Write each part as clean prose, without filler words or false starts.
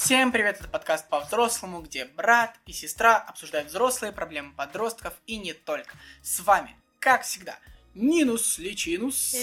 Всем привет, это подкаст по-взрослому, где брат и сестра обсуждают взрослые проблемы подростков и не только. С вами, как всегда, Нинус Личинус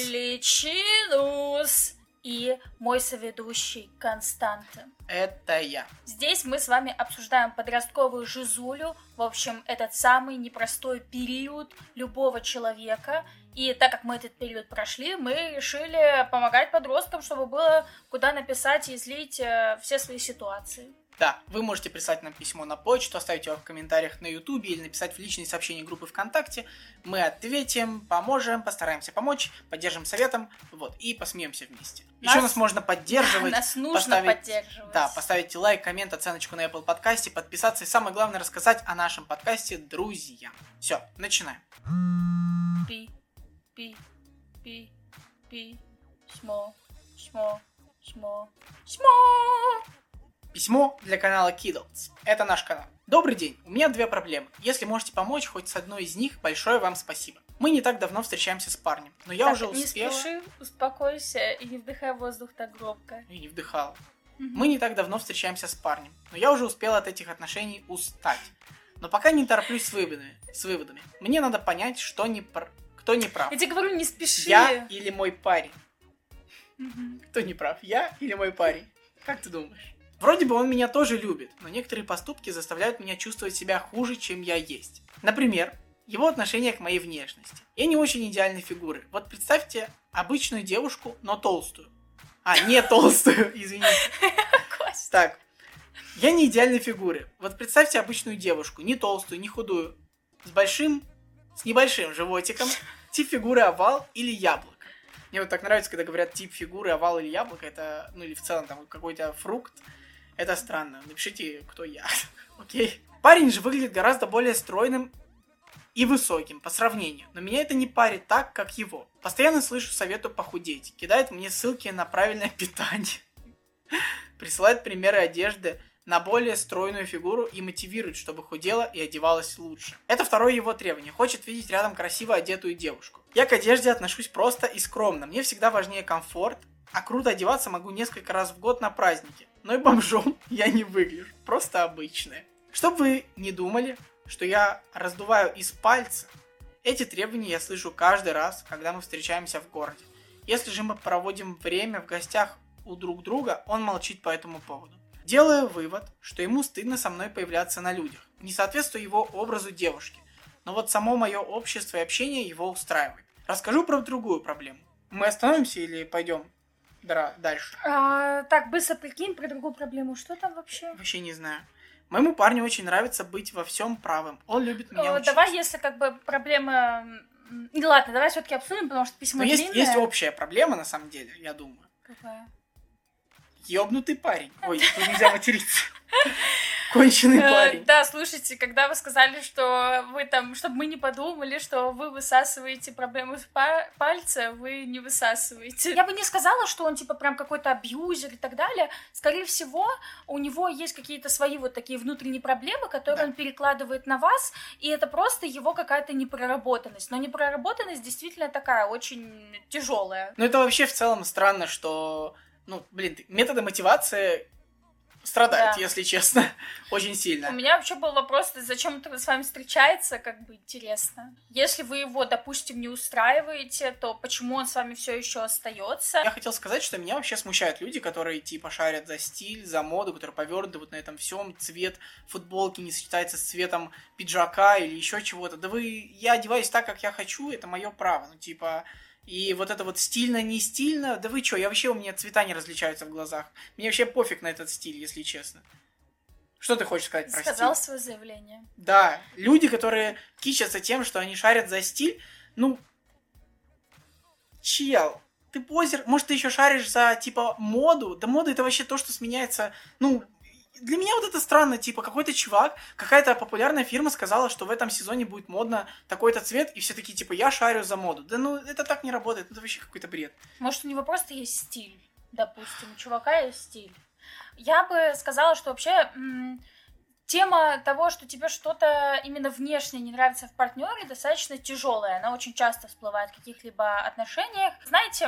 и мой соведущий Константин. Это я. Здесь мы с вами обсуждаем подростковую жизулю, в общем, этот самый непростой период любого человека. И так как мы этот период прошли, мы решили помогать подросткам, чтобы было куда написать и излить все свои ситуации. Да, вы можете прислать нам письмо на почту, оставить его в комментариях на Ютубе или написать в личные сообщения группы ВКонтакте. Мы ответим, поможем, постараемся помочь, поддержим советом, и посмеемся вместе. Еще нас можно поддерживать. Нас нужно поддерживать. Да, поставить лайк, коммент, оценочку на Apple подкасте, подписаться и самое главное рассказать о нашем подкасте друзьям. Все, начинаем. Письмо для канала Kiddles. Это наш канал. Добрый день, у меня две проблемы. Если можете помочь хоть с одной из них, большое вам спасибо. Мы не так давно встречаемся с парнем, но я уже успела... Не спеши, успокойся и не вдыхай воздух так громко. И не вдыхала. Мы не так давно встречаемся с парнем, но я уже успела от этих отношений устать. Но пока не тороплюсь с выводами. Мне надо понять, кто не прав. Я тебе говорю, не спеши. Я или мой парень? Кто не прав, я или мой парень? Как ты думаешь? Вроде бы он меня тоже любит, но некоторые поступки заставляют меня чувствовать себя хуже, чем я есть. Например, его отношение к моей внешности. Я не очень идеальной фигуры. Вот представьте обычную девушку, но толстую. Не толстую, извините. Так, я не идеальной фигуры. Вот представьте обычную девушку, не толстую, не худую, с небольшим животиком, тип фигуры овал или яблоко. Мне вот так нравится, когда говорят тип фигуры овал или яблоко, это, или в целом там какой-то фрукт. Это странно. Напишите, кто я. Окей. Парень же выглядит гораздо более стройным и высоким по сравнению, но меня это не парит так, как его. Постоянно слышу совету похудеть, кидает мне ссылки на правильное питание, присылает примеры одежды на более стройную фигуру и мотивирует, чтобы худела и одевалась лучше. Это второе его требование. Хочет видеть рядом красиво одетую девушку. Я к одежде отношусь просто и скромно. Мне всегда важнее комфорт, а круто одеваться могу несколько раз в год на праздники. Но и бомжом я не выгляжу. Просто обычная. Чтоб вы не думали, что я раздуваю из пальца, эти требования я слышу каждый раз, когда мы встречаемся в городе. Если же мы проводим время в гостях у друг друга, он молчит по этому поводу. Делаю вывод, что ему стыдно со мной появляться на людях. Не соответствую его образу девушки. Но вот само мое общество и общение его устраивает. Расскажу про другую проблему. Мы остановимся или пойдем дальше? Так, быстро прикинь про другую проблему. Что там вообще? Вообще не знаю. Моему парню очень нравится быть во всем правым. Он любит меня учить. Давай, если проблема... Ладно, давай все-таки обсудим, потому что письмо длинное. Есть общая проблема, на самом деле, я думаю. Какая? Ёбнутый парень. Ой, тут нельзя материться. Конченый парень. Да, слушайте, когда вы сказали, что вы там, чтобы мы не подумали, что вы высасываете проблемы с пальца, вы не высасываете. Я бы не сказала, что он типа прям какой-то абьюзер и так далее. Скорее всего, у него есть какие-то свои вот такие внутренние проблемы, которые он перекладывает на вас, и это просто его какая-то непроработанность. Но непроработанность действительно такая очень тяжелая. Ну это вообще в целом странно, что, методы мотивации страдают, если честно, очень сильно. У меня вообще был вопрос, зачем он тогда с вами встречается, интересно. Если вы его, допустим, не устраиваете, то почему он с вами все еще остается? Я хотел сказать, что меня вообще смущают люди, которые типа шарят за стиль, за моду, которые повернуты вот на этом всем, цвет футболки не сочетается с цветом пиджака или еще чего-то. Я одеваюсь так, как я хочу, это мое право, И вот это вот стильно-не стильно, да вы чё, у меня цвета не различаются в глазах. Мне вообще пофиг на этот стиль, если честно. Что ты хочешь сказать про стиль? Сказал свое заявление. Да, люди, которые кичатся тем, что они шарят за стиль, чел, ты позер, может, ты еще шаришь за, моду? Да мода это вообще то, что сменяется, Для меня вот это странно, какой-то чувак, какая-то популярная фирма сказала, что в этом сезоне будет модно такой-то цвет, и все такие, я шарю за моду. Да это так не работает, это вообще какой-то бред. Может, у него просто есть стиль, допустим, у чувака есть стиль. Я бы сказала, что вообще тема того, что тебе что-то именно внешне не нравится в партнере, достаточно тяжелая. Она очень часто всплывает в каких-либо отношениях. Знаете,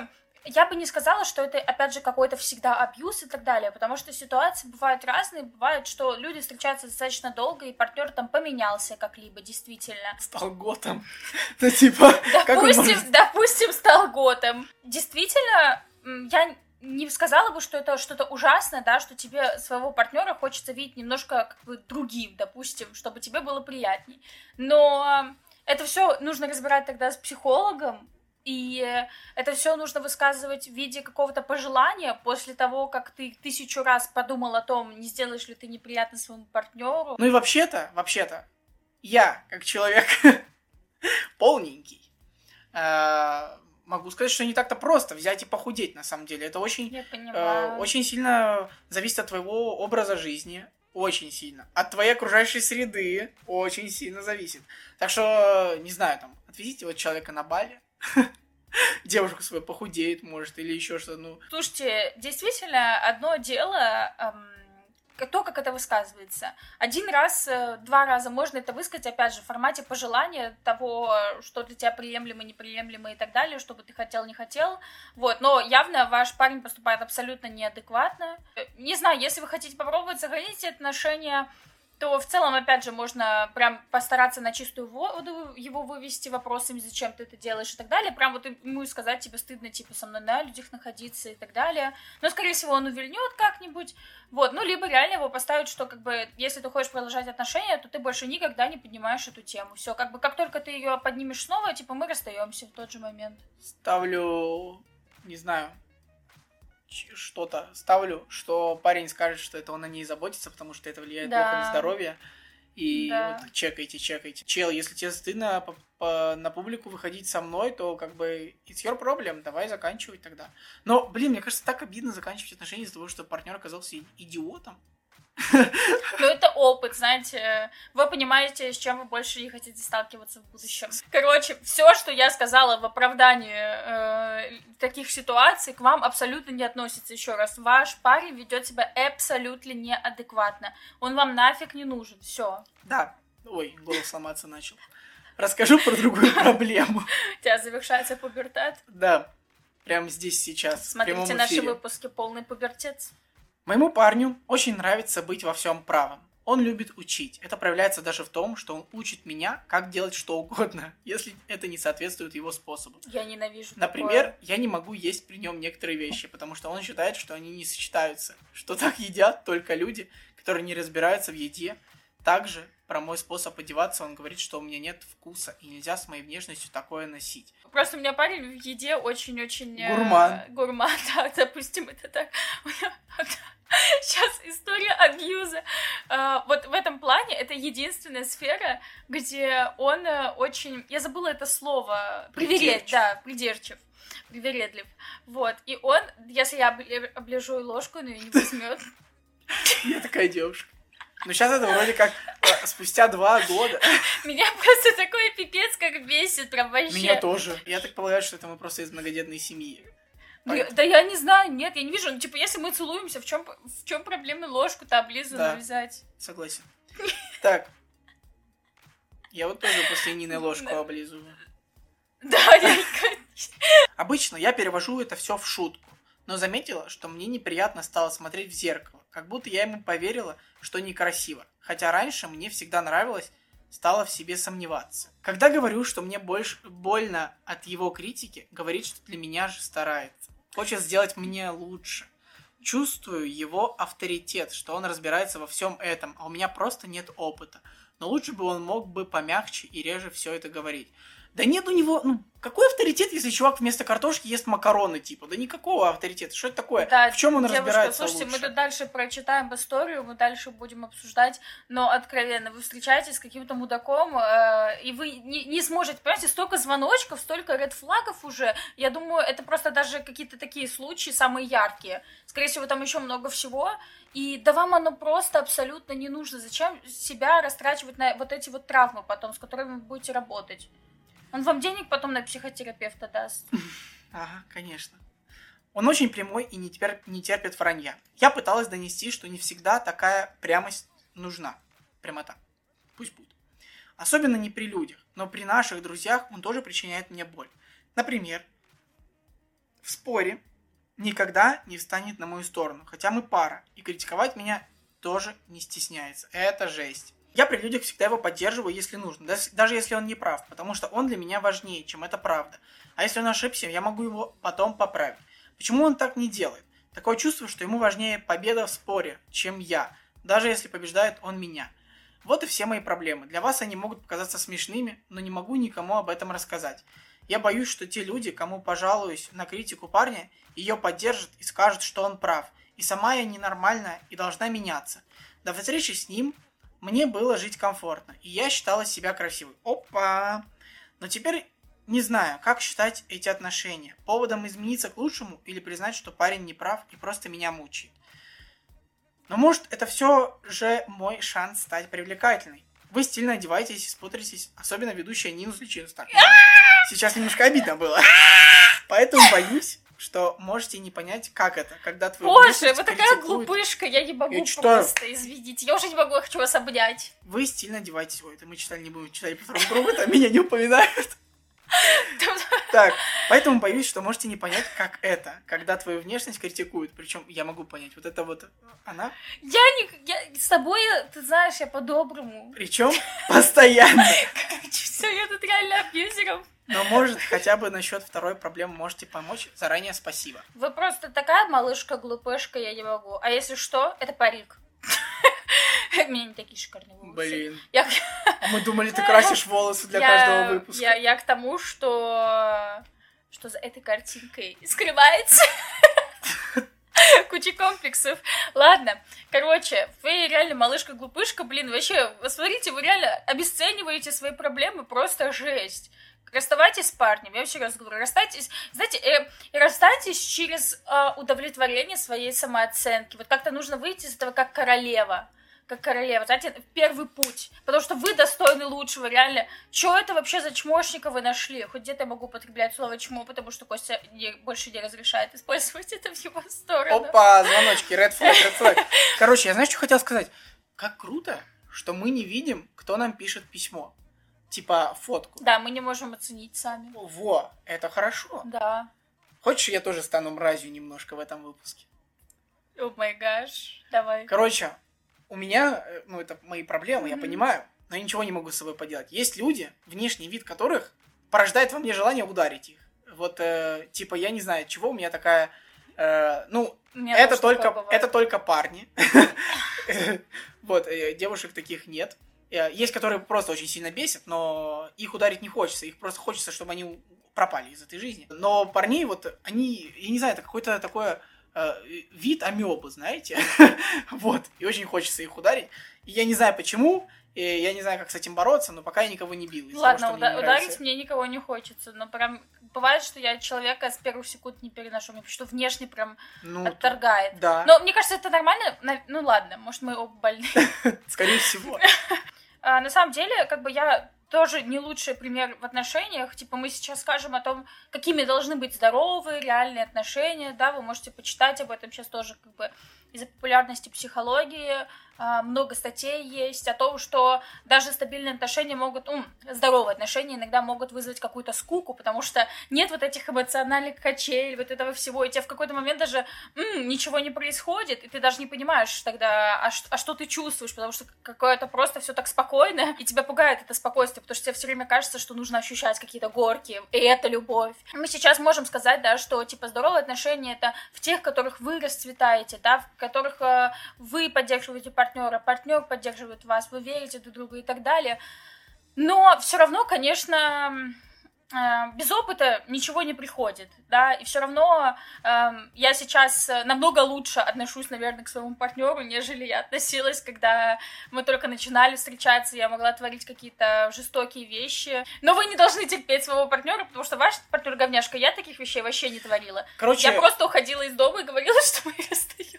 Я бы не сказала, что это, опять же, какой-то всегда абьюз и так далее, потому что ситуации бывают разные, бывает, что люди встречаются достаточно долго, и партнер там поменялся как-либо, действительно. Стал готом. Ну, типа, допустим, стал готом. Действительно, я не сказала бы, что это что-то ужасное, да, что тебе своего партнера хочется видеть немножко как бы другим, допустим, чтобы тебе было приятней. Но это все нужно разбирать тогда с психологом, и это все нужно высказывать в виде какого-то пожелания после того, как ты 1000 раз подумал о том, не сделаешь ли ты неприятно своему партнеру. Ну и вообще-то, я, как человек полненький, могу сказать, что не так-то просто взять и похудеть, на самом деле. Это очень сильно зависит от твоего образа жизни. Очень сильно. От твоей окружающей среды очень сильно зависит. Так что, не знаю, там, отвезите вот человека на Бали, девушку свою похудеет, может, или еще что-то. Слушайте, действительно, одно дело, то, как это высказывается. 1 раз, 2 раза можно это высказать, опять же, в формате пожелания того, что для тебя приемлемо, неприемлемо и так далее, что бы ты хотел, не хотел. Вот, но явно ваш парень поступает абсолютно неадекватно. Не знаю, если вы хотите попробовать сохранить отношения, то в целом, опять же, можно прям постараться на чистую воду его вывести вопросами, зачем ты это делаешь и так далее. Прям вот ему сказать, тебе стыдно, типа, со мной на людях находиться и так далее. Но, скорее всего, он увильнет как-нибудь. Вот, ну, либо реально его поставить, что, как бы, если ты хочешь продолжать отношения, то ты больше никогда не поднимаешь эту тему. Все, как бы, как только ты ее поднимешь снова, типа, мы расстаемся в тот же момент. Ставлю, не знаю, что парень скажет, что это он о ней заботится, потому что это влияет плохо на здоровье. И вот чекайте. Чел, если тебе стыдно на публику выходить со мной, то как бы it's your problem, давай заканчивать тогда. Но, блин, мне кажется, так обидно заканчивать отношения из-за того, что партнер оказался идиотом. Ну, это опыт, знаете. Вы понимаете, с чем вы больше не хотите сталкиваться в будущем. Короче, все, что я сказала в оправдании таких ситуаций, к вам абсолютно не относится. Еще раз, ваш парень ведет себя абсолютно неадекватно. Он вам нафиг не нужен. Все. Да. Ой, голос ломаться начал. Расскажу про другую проблему. У тебя завершается пубертат? Да. Прямо здесь, сейчас. Смотрите наши выпуски «Полный пубертец». Моему парню очень нравится быть во всем правым. Он любит учить. Это проявляется даже в том, что он учит меня, как делать что угодно, если это не соответствует его способу. Я ненавижу Например, такое. Я не могу есть при нем некоторые вещи, потому что он считает, что они не сочетаются. Что так едят только люди, которые не разбираются в еде. Также про мой способ одеваться он говорит, что у меня нет вкуса, и нельзя с моей внешностью такое носить. Просто у меня парень в еде очень-очень... Гурман, да, допустим, это так. Сейчас история абьюза. Вот в этом плане это единственная сфера, где он очень... Я забыла это слово. Придирчив. Привередлив. Вот. И он, если я оближу ложку, он ее не возьмет. Я такая девушка. Но сейчас это вроде как спустя 2 года. Меня просто такой пипец как бесит, прям вообще. Меня тоже. Я так полагаю, что это мы просто из многодетной семьи. Да я не знаю, нет, я не вижу. Ну, типа, если мы целуемся, в чем проблема ложку-то облизанную взять? Согласен. Так. Я вот тоже после Нины ложку облизываю. Да, я... Обычно я перевожу это все в шутку. Но заметила, что мне неприятно стало смотреть в зеркало. Как будто я ему поверила, что некрасиво. Хотя раньше мне всегда нравилось, стала в себе сомневаться. Когда говорю, что мне больше больно от его критики, говорит, что для меня же старается. Хочет сделать мне лучше. Чувствую его авторитет, что он разбирается во всем этом, а у меня просто нет опыта. Но лучше бы он мог бы помягче и реже все это говорить. Да нет у него, какой авторитет, если чувак вместо картошки ест макароны, типа? Да никакого авторитета. Что это такое? Да, в чем он разбирается слушайте, лучше? Мы тут дальше прочитаем историю, мы дальше будем обсуждать, но откровенно, вы встречаетесь с каким-то мудаком, и вы не сможете, понимаете, столько звоночков, столько редфлагов уже, я думаю, это просто даже какие-то такие случаи, самые яркие. Скорее всего, там еще много всего, и да вам оно просто абсолютно не нужно. Зачем себя растрачивать на вот эти вот травмы потом, с которыми вы будете работать? Он вам денег потом на психотерапевта даст. Ага, конечно. Он очень прямой и не терпит вранья. Я пыталась донести, что не всегда такая прямость нужна. Прямота. Пусть будет. Особенно не при людях, но при наших друзьях он тоже причиняет мне боль. Например, в споре никогда не встанет на мою сторону, хотя мы пара, и критиковать меня тоже не стесняется. Это жесть. Я при людях всегда его поддерживаю, если нужно, даже если он не прав, потому что он для меня важнее, чем это правда. А если он ошибся, я могу его потом поправить. Почему он так не делает? Такое чувство, что ему важнее победа в споре, чем я, даже если побеждает он меня. Вот и все мои проблемы. Для вас они могут показаться смешными, но не могу никому об этом рассказать. Я боюсь, что те люди, кому пожалуюсь на критику парня, ее поддержат и скажут, что он прав. И сама я ненормальная и должна меняться. До встречи с ним мне было жить комфортно, и я считала себя красивой. Опа! Но теперь не знаю, как считать эти отношения. Поводом измениться к лучшему или признать, что парень не прав и просто меня мучает. Но может это все же мой шанс стать привлекательной. Вы стильно одеваетесь и смотритесь, особенно ведущая Нину Сличинс. Сейчас немножко обидно было. Поэтому боюсь, что можете не понять, как это, когда твой Боже, вы такая глупышка, я не могу просто, извините. Я уже не могу, я хочу вас обнять. Вы стильно одеваетесь. Ой, это мы читали, не будем читать по второму кругу, там меня не упоминают. Так, поэтому боюсь, что можете не понять, как это, когда твою внешность критикуют. Причем я могу понять, вот это вот она. Я с тобой, ты знаешь, я по-доброму. Причем постоянно. Все, я тут реально абьюзером. Но, может, хотя бы насчет второй проблемы можете помочь. Заранее спасибо. Вы просто такая малышка-глупышка, я не могу. А если что, это парик. У меня не такие шикарные волосы. Блин. А мы думали, ты красишь волосы для каждого выпуска. Я к тому, что за этой картинкой скрывается куча комплексов. Ладно, короче, вы реально малышка-глупышка, блин, вообще, смотрите, вы реально обесцениваете свои проблемы, просто жесть. Расставайтесь с парнем, я вообще раз говорю, расстайтесь, знаете, расстайтесь через удовлетворение своей самооценки. Вот как-то нужно выйти из этого как королева, знаете, первый путь, потому что вы достойны лучшего, реально. Чё это вообще за чмошника вы нашли? Хоть где-то я могу употреблять слово чмо, потому что Костя больше не разрешает использовать это в его сторону. Опа, звоночки, red flag. Короче, я знаешь, что хотел сказать? Как круто, что мы не видим, кто нам пишет письмо. Типа фотку. Да, мы не можем оценить сами. Во, это хорошо. Да. Хочешь, я тоже стану мразью немножко в этом выпуске? О май гаш, давай. Короче, у меня, это мои проблемы, я понимаю, но я ничего не могу с собой поделать. Есть люди, внешний вид которых порождает во мне желание ударить их. Вот, типа, я не знаю, чего у меня такая... это только парни. Вот, девушек таких нет. Есть, которые просто очень сильно бесят, но их ударить не хочется. Их просто хочется, чтобы они пропали из этой жизни. Но парней, вот, они, я не знаю, это какое-то такое вид амебы, знаете? Вот, и очень хочется их ударить. И я не знаю почему, и я не знаю, как с этим бороться, но пока я никого не бил. Ладно, ударить мне никого не хочется, но прям бывает, что я человека с первых секунд не переношу, мне что внешне прям отторгает. Да. Но мне кажется, это нормально. Ну ладно, может, мы оба больны. Скорее всего. На самом деле, как бы я тоже не лучший пример в отношениях. Типа мы сейчас скажем о том, какими должны быть здоровые, реальные отношения, да, вы можете почитать об этом сейчас тоже как бы из-за популярности психологии. Много статей есть о том, что даже стабильные отношения могут, здоровые отношения иногда могут вызвать какую-то скуку, потому что нет вот этих эмоциональных качелей, вот этого всего, и тебе в какой-то момент даже ничего не происходит, и ты даже не понимаешь тогда, а что ты чувствуешь, потому что какое-то просто все так спокойно, и тебя пугает это спокойствие, потому что тебе все время кажется, что нужно ощущать какие-то горки, и это любовь. Мы сейчас можем сказать, да, что типа здоровые отношения это в тех, в которых вы расцветаете, да, в которых вы поддерживаете партнер поддерживает вас, вы верите друг другу и так далее. Но все равно, конечно, без опыта ничего не приходит, да, и все равно я сейчас намного лучше отношусь, наверное, к своему партнеру, нежели я относилась, когда мы только начинали встречаться, я могла творить какие-то жестокие вещи. Но вы не должны терпеть своего партнера, потому что ваш партнер говняшка, я таких вещей вообще не творила. Короче... Я просто уходила из дома и говорила, что мы расстаемся.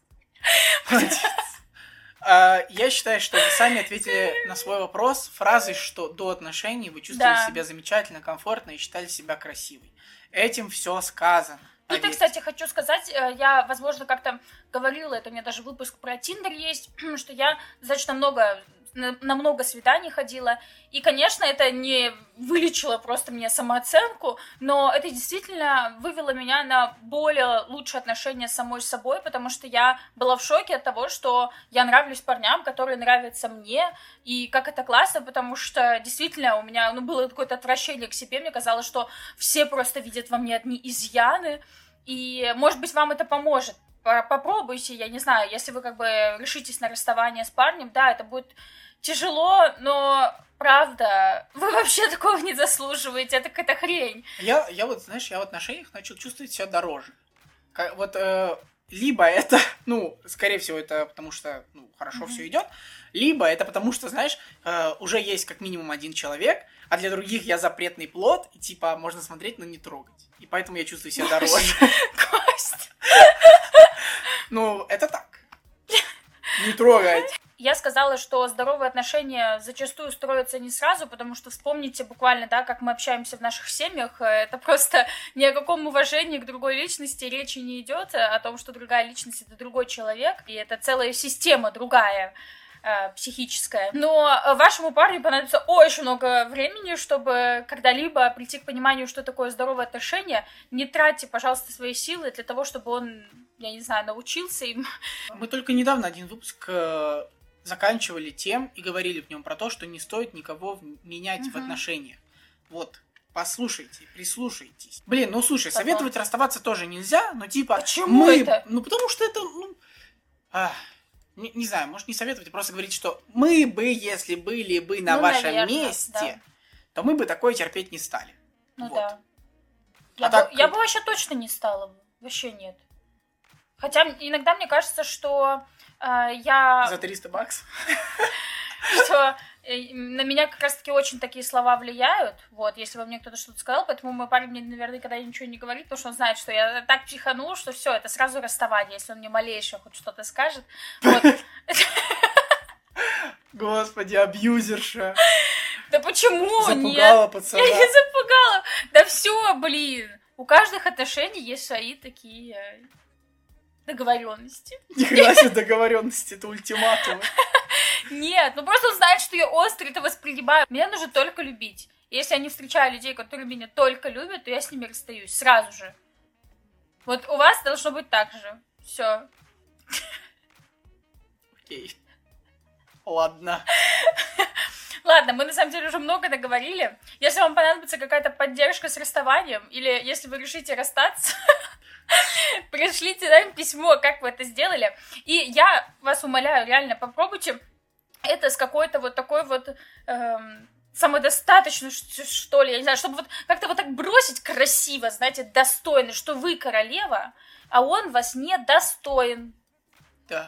Я считаю, что вы сами ответили на свой вопрос фразой, что до отношений вы чувствовали себя замечательно, комфортно и считали себя красивой. Этим все сказано. Тут, я, кстати, хочу сказать, я, возможно, как-то говорила, это у меня даже выпуск про Тиндер есть, что я достаточно много на много свиданий ходила. И, конечно, это не вылечило просто мне самооценку, но это действительно вывело меня на более лучшие отношения с самой собой, потому что я была в шоке от того, что я нравлюсь парням, которые нравятся мне, и как это классно, потому что действительно у меня было какое-то отвращение к себе, мне казалось, что все просто видят во мне одни изъяны, и, может быть, вам это поможет. Попробуйте, я не знаю, если вы как бы решитесь на расставание с парнем, да, это будет тяжело, но правда, вы вообще такого не заслуживаете, это какая-то хрень. Я вот, знаешь, я в отношениях начал чувствовать себя дороже. Вот либо это, скорее всего, это потому что, хорошо все идет, либо это потому что, знаешь, уже есть как минимум один человек, а для других я запретный плод, и типа можно смотреть, но не трогать. И поэтому я чувствую себя дороже. Кость. Это так. Не трогать. Я сказала, что здоровые отношения зачастую строятся не сразу, потому что вспомните буквально, да, как мы общаемся в наших семьях, это просто ни о каком уважении к другой личности речи не идет, о том, что другая личность — это другой человек, и это целая система другая, психическая. Но вашему парню понадобится очень много времени, чтобы когда-либо прийти к пониманию, что такое здоровые отношения. Не тратьте, пожалуйста, свои силы для того, чтобы он, я не знаю, научился им. Мы только недавно один выпуск заканчивали тем и говорили в нем про то, что не стоит никого менять в отношениях. Вот, послушайте, прислушайтесь. Блин, слушай, советовать расставаться тоже нельзя, но типа... Почему это? Потому что это, не знаю, может не советовать, а просто говорить, что мы бы, если были бы на вашем месте, да, то мы бы такое терпеть не стали. Да. Я бы вообще точно не стала. Вообще нет. Хотя иногда мне кажется, что я... За $300? Что на меня как раз-таки очень такие слова влияют, если бы мне кто-то что-то сказал, поэтому мой парень мне, наверное, никогда ничего не говорит, потому что он знает, что я так психану, что все, это сразу расставание, если он мне малейшее хоть что-то скажет. Господи, абьюзерша. Да почему? Запугала пацана. Я не запугала. Да все, блин. У каждых отношений есть свои такие договоренности. Ни хрена себе договоренности, это ультиматум. Нет, просто он знает, что я остро это воспринимаю. Меня нужно только любить. Если я не встречаю людей, которые меня только любят, то я с ними расстаюсь сразу же. Вот у вас должно быть так же. Все. Окей. Ладно. Ладно, мы на самом деле уже много договорили. Если вам понадобится какая-то поддержка с расставанием, или если вы решите расстаться, пришлите нам письмо, как вы это сделали. И я вас умоляю, реально, попробуйте это с какой-то вот такой вот самодостаточностью, что ли, я не знаю, чтобы вот как-то вот так бросить красиво, знаете, достойно, что вы королева, а он вас не достоин. Да.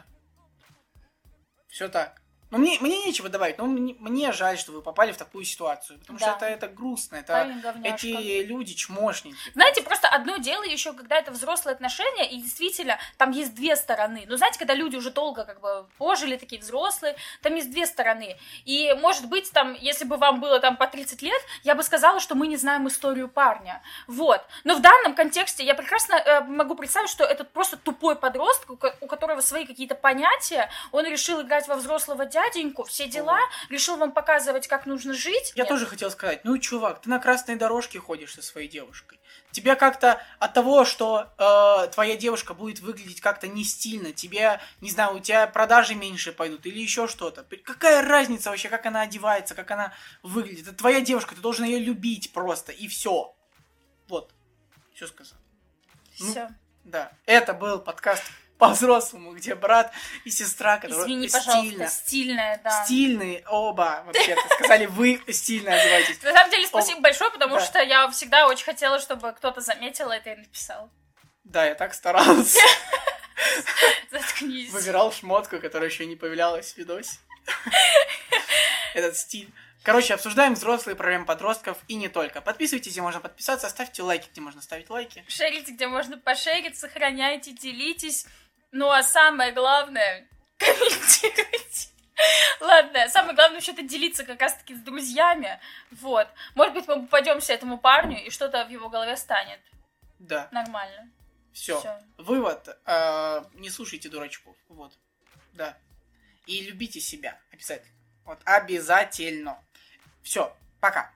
Все так. Но мне нечего добавить, но мне жаль, что вы попали в такую ситуацию, потому что это грустно, эти люди чмошники. Знаете, просто одно дело еще, когда это взрослые отношения, и действительно, там есть две стороны. Но знаете, когда люди уже долго как бы пожили, такие взрослые, там есть две стороны. И, может быть, там, если бы вам было там по 30 лет, я бы сказала, что мы не знаем историю парня. Вот. Но в данном контексте я прекрасно могу представить, что этот просто тупой подросток, у которого свои какие-то понятия, он решил играть во взрослого дяденьку, все дела, решил вам показывать, как нужно жить. Я тоже хотел сказать, чувак, ты на красной дорожке ходишь со своей девушкой. Тебе как-то от того, что твоя девушка будет выглядеть как-то не стильно, тебе, не знаю, у тебя продажи меньше пойдут или еще что-то. Какая разница вообще, как она одевается, как она выглядит? Это твоя девушка, ты должен ее любить просто, и все. Вот, все сказал. Все. Да, это был подкаст по-взрослому, где брат и сестра, которые Извини, пожалуйста, стильная, да. Стильные оба, вообще-то. Сказали, вы стильно одеваетесь. На самом деле, спасибо большое, потому что я всегда очень хотела, чтобы кто-то заметил это и написал. Да, я так старался. Заткнись. Выбирал шмотку, которая еще не появлялась в видосе. Этот стиль. Короче, обсуждаем взрослые проблемы подростков и не только. Подписывайтесь, где можно подписаться, ставьте лайки, где можно ставить лайки. Шерите, где можно пошерить, сохраняйте, делитесь. Ну а самое главное, комментируйте. Ладно, самое главное вообще-то делиться как раз-таки с друзьями. Вот. Может быть, мы попадемся этому парню, и что-то в его голове станет. Да. Nормально. Все. Вывод. Не слушайте дурачков. Вот. Да. И любите себя. Обязательно. Вот обязательно. Все, пока.